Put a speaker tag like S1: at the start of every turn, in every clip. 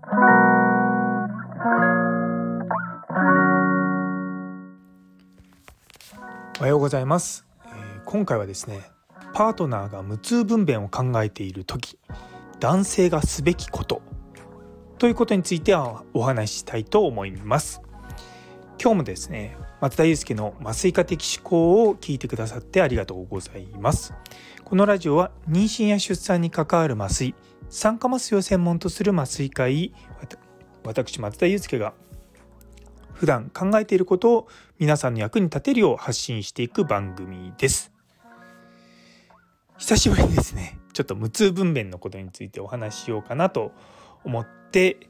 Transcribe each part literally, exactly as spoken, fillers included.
S1: おはようございます、えー、今回はですね、パートナーが無痛分娩を考えているとき、男性がすべきことということについてはお話ししたいと思います。今日もですね、松田祐介の麻酔科的思考を聞いてくださってありがとうございます。このラジオは妊娠や出産に関わる麻酔、産科麻酔を専門とする麻酔科医、私松田祐介が普段考えていることを皆さんの役に立てるよう発信していく番組です。久しぶりにですね、ちょっと無痛分娩のことについてお話ししようかなと思って、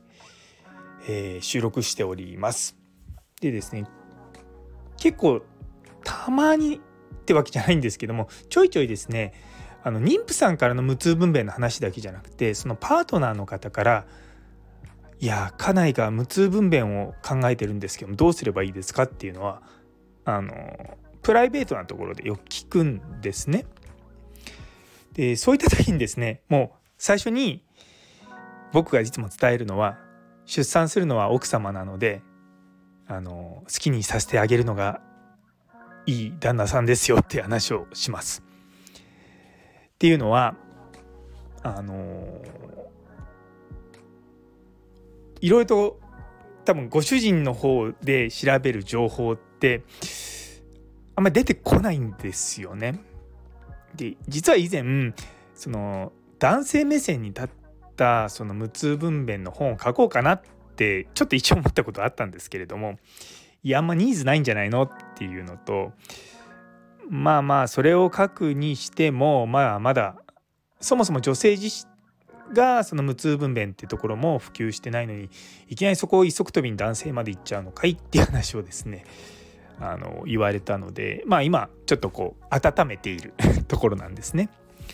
S1: えー、収録しております。でですね、結構たまにってわけじゃないんですけども、ちょいちょいですね、あの妊婦さんからの無痛分娩の話だけじゃなくて、そのパートナーの方から、いや家内が無痛分娩を考えてるんですけども、どうすればいいですかっていうのはあのプライベートなところでよく聞くんですね。でそういった時にですね、もう最初に僕がいつも伝えるのは、出産するのは奥様なので、あの好きにさせてあげるのがいい旦那さんですよって話をします。っていうのはあのいろいろと多分ご主人の方で調べる情報ってあんまり出てこないんですよね。で実は以前その男性目線に立ったその無痛分娩の本を書こうかなってちょっと一応思ったことあったんですけれども、いやあんまニーズないんじゃないのっていうのと、まあまあそれを書くにしてもまあまだそもそも女性自身がその無痛分娩っていうところも普及してないのに、いきなりそこを一足飛びに男性まで行っちゃうのかいっていう話をですねあの言われたので、まあ今ちょっとこう温めているところなんですね。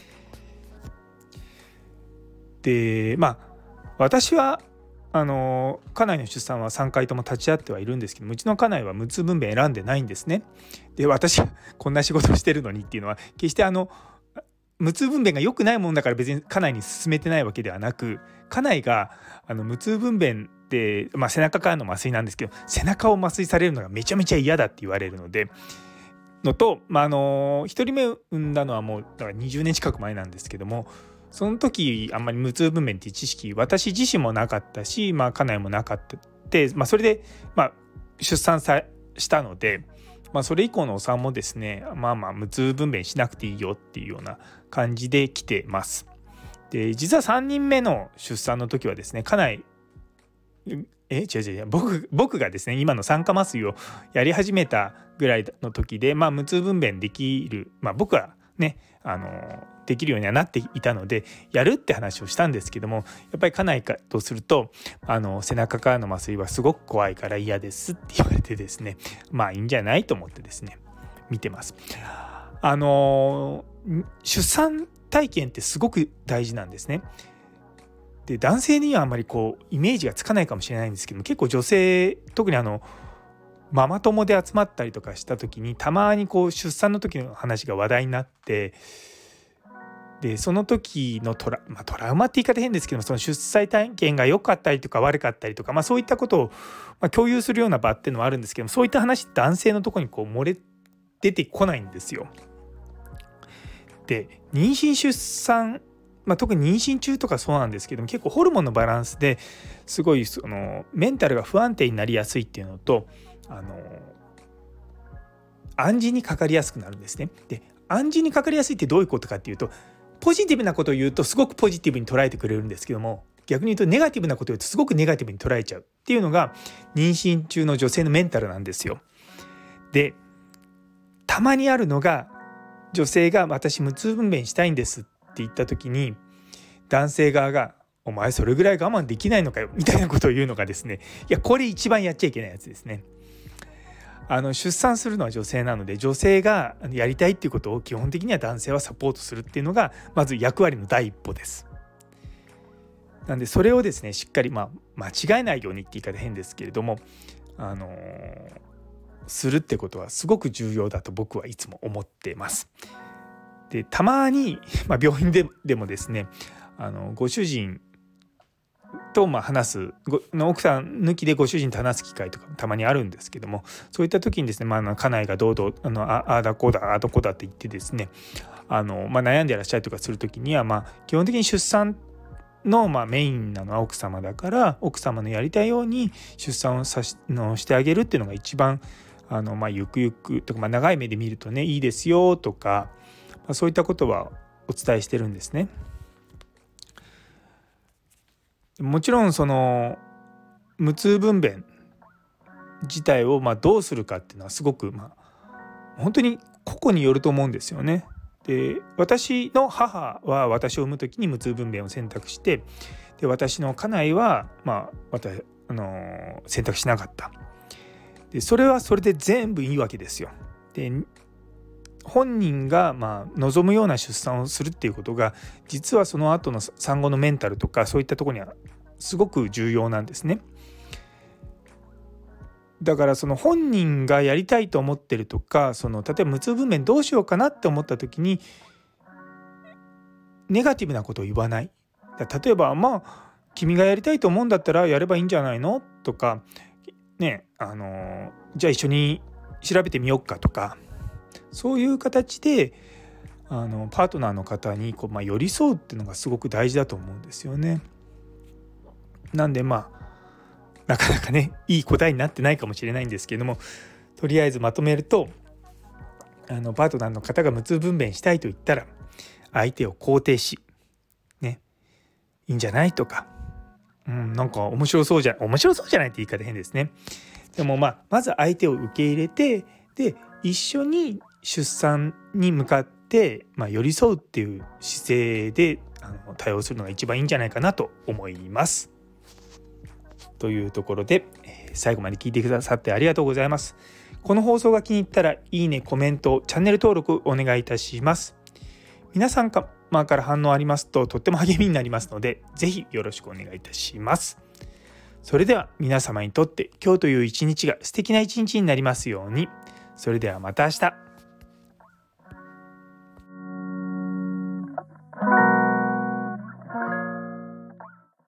S1: でまあ私はあの家内の出産はさんかいとも立ち会ってはいるんですけども、うちの家内は無痛分娩選んでないんですね。で私こんな仕事をしてるのにっていうのは、決してあの無痛分娩が良くないものだから別に家内に勧めてないわけではなく、家内があの無痛分娩って、まあ、背中からの麻酔なんですけど、背中を麻酔されるのがめちゃめちゃ嫌だって言われるのでのと、まあ、あのひとりめ産んだのはもうだからにじゅうねん近く前なんですけども、その時あんまり無痛分娩っていう知識私自身もなかったし、まあ、家内もなかったで、まあ、それで、まあ、出産さしたので、まあ、それ以降のお産もですね、まあまあ無痛分娩しなくていいよっていうような感じで来てます。で実はさんにんめの出産の時はですね、家内え違う違う僕僕がですね今の産科麻酔をやり始めたぐらいの時で、まあ、無痛分娩できる、まあ、僕はねあのできるようにはなっていたのでやるって話をしたんですけども、やっぱり家内とするとあの背中からの麻酔はすごく怖いから嫌ですって言われてですね、まあいいんじゃないと思ってですね見てます。あの出産体験ってすごく大事なんですね。で男性にはあんまりこうイメージがつかないかもしれないんですけども、結構女性特にあのママ友で集まったりとかした時にたまにこう出産の時の話が話題になって、でその時のトラ、まあ、トラウマって言い方変ですけども、その出産体験が良かったりとか悪かったりとか、まあ、そういったことをまあ共有するような場っていうのはあるんですけども、そういった話って男性のところにこう漏れ出てこないんですよ。で妊娠出産、まあ、特に妊娠中とかそうなんですけども、結構ホルモンのバランスですごいそのメンタルが不安定になりやすいっていうのと、あの暗示にかかりやすくなるんですね。で暗示にかかりやすいってどういうことかっていうと、ポジティブなことを言うとすごくポジティブに捉えてくれるんですけども、逆に言うとネガティブなことを言うとすごくネガティブに捉えちゃうっていうのが妊娠中の女性のメンタルなんですよ。でたまにあるのが、女性が私無痛分娩したいんですって言った時に、男性側がお前それぐらい我慢できないのかよみたいなことを言うのがですね、いやこれ一番やっちゃいけないやつですね。あの出産するのは女性なので、女性がやりたいっていうことを基本的には男性はサポートするっていうのがまず役割の第一歩です。なんでそれをですねしっかり、まあ、間違えないようにって言い方変ですけれども、あのー、するってことはすごく重要だと僕はいつも思っています。でたまに、まあ、病院ででもですね、あのご主人とまあ話すご奥さん抜きでご主人と話す機会とかたまにあるんですけども、そういった時にですね、まあ、家内がどうどうあのああだこうだああだこうだって言ってですね、あの、まあ、悩んでいらっしゃるとかする時には、まあ、基本的に出産のまあメインなのは奥様だから、奥様のやりたいように出産をさしのしてあげるっていうのが一番あの、まあ、ゆくゆくとか、まあ、長い目で見るとねいいですよとか、まあ、そういったことはお伝えしてるんですね。もちろんその無痛分娩自体をまあどうするかっていうのはすごくまあ本当に個々によると思うんですよね。で、私の母は私を産む時に無痛分娩を選択して、で私の家内はまあ私あの選択しなかった。でそれはそれで全部いいわけですよ。で本人がまあ望むような出産をするっていうことが実はその後の産後のメンタルとかそういったところにはすごく重要なんですね。だからその本人がやりたいと思ってるとか、その例えば無痛分娩どうしようかなって思った時にネガティブなことを言わない。例えばまあ君がやりたいと思うんだったらやればいいんじゃないのとかね、あのじゃあ一緒に調べてみようかとか、そういう形であのパートナーの方にこう、まあ、寄り添うっていうのがすごく大事だと思うんですよね。なんでまあなかなかねいい答えになってないかもしれないんですけども、とりあえずまとめると、あのパートナーの方が無痛分娩したいと言ったら相手を肯定しね、いいんじゃないとか、うん、なんか面白そうじゃ面白そうじゃないって言い方変ですね。でもまあまず相手を受け入れて、で一緒に出産に向かって、まあ、寄り添うっていう姿勢であの対応するのが一番いいんじゃないかなと思います。というところで、えー、最後まで聞いてくださってありがとうございます。この放送が気に入ったらいいね、コメント、チャンネル登録お願いいたします。皆さん様から反応ありますととっても励みになりますので、ぜひよろしくお願いいたします。それでは皆様にとって今日という一日が素敵な一日になりますように。それではまた明日。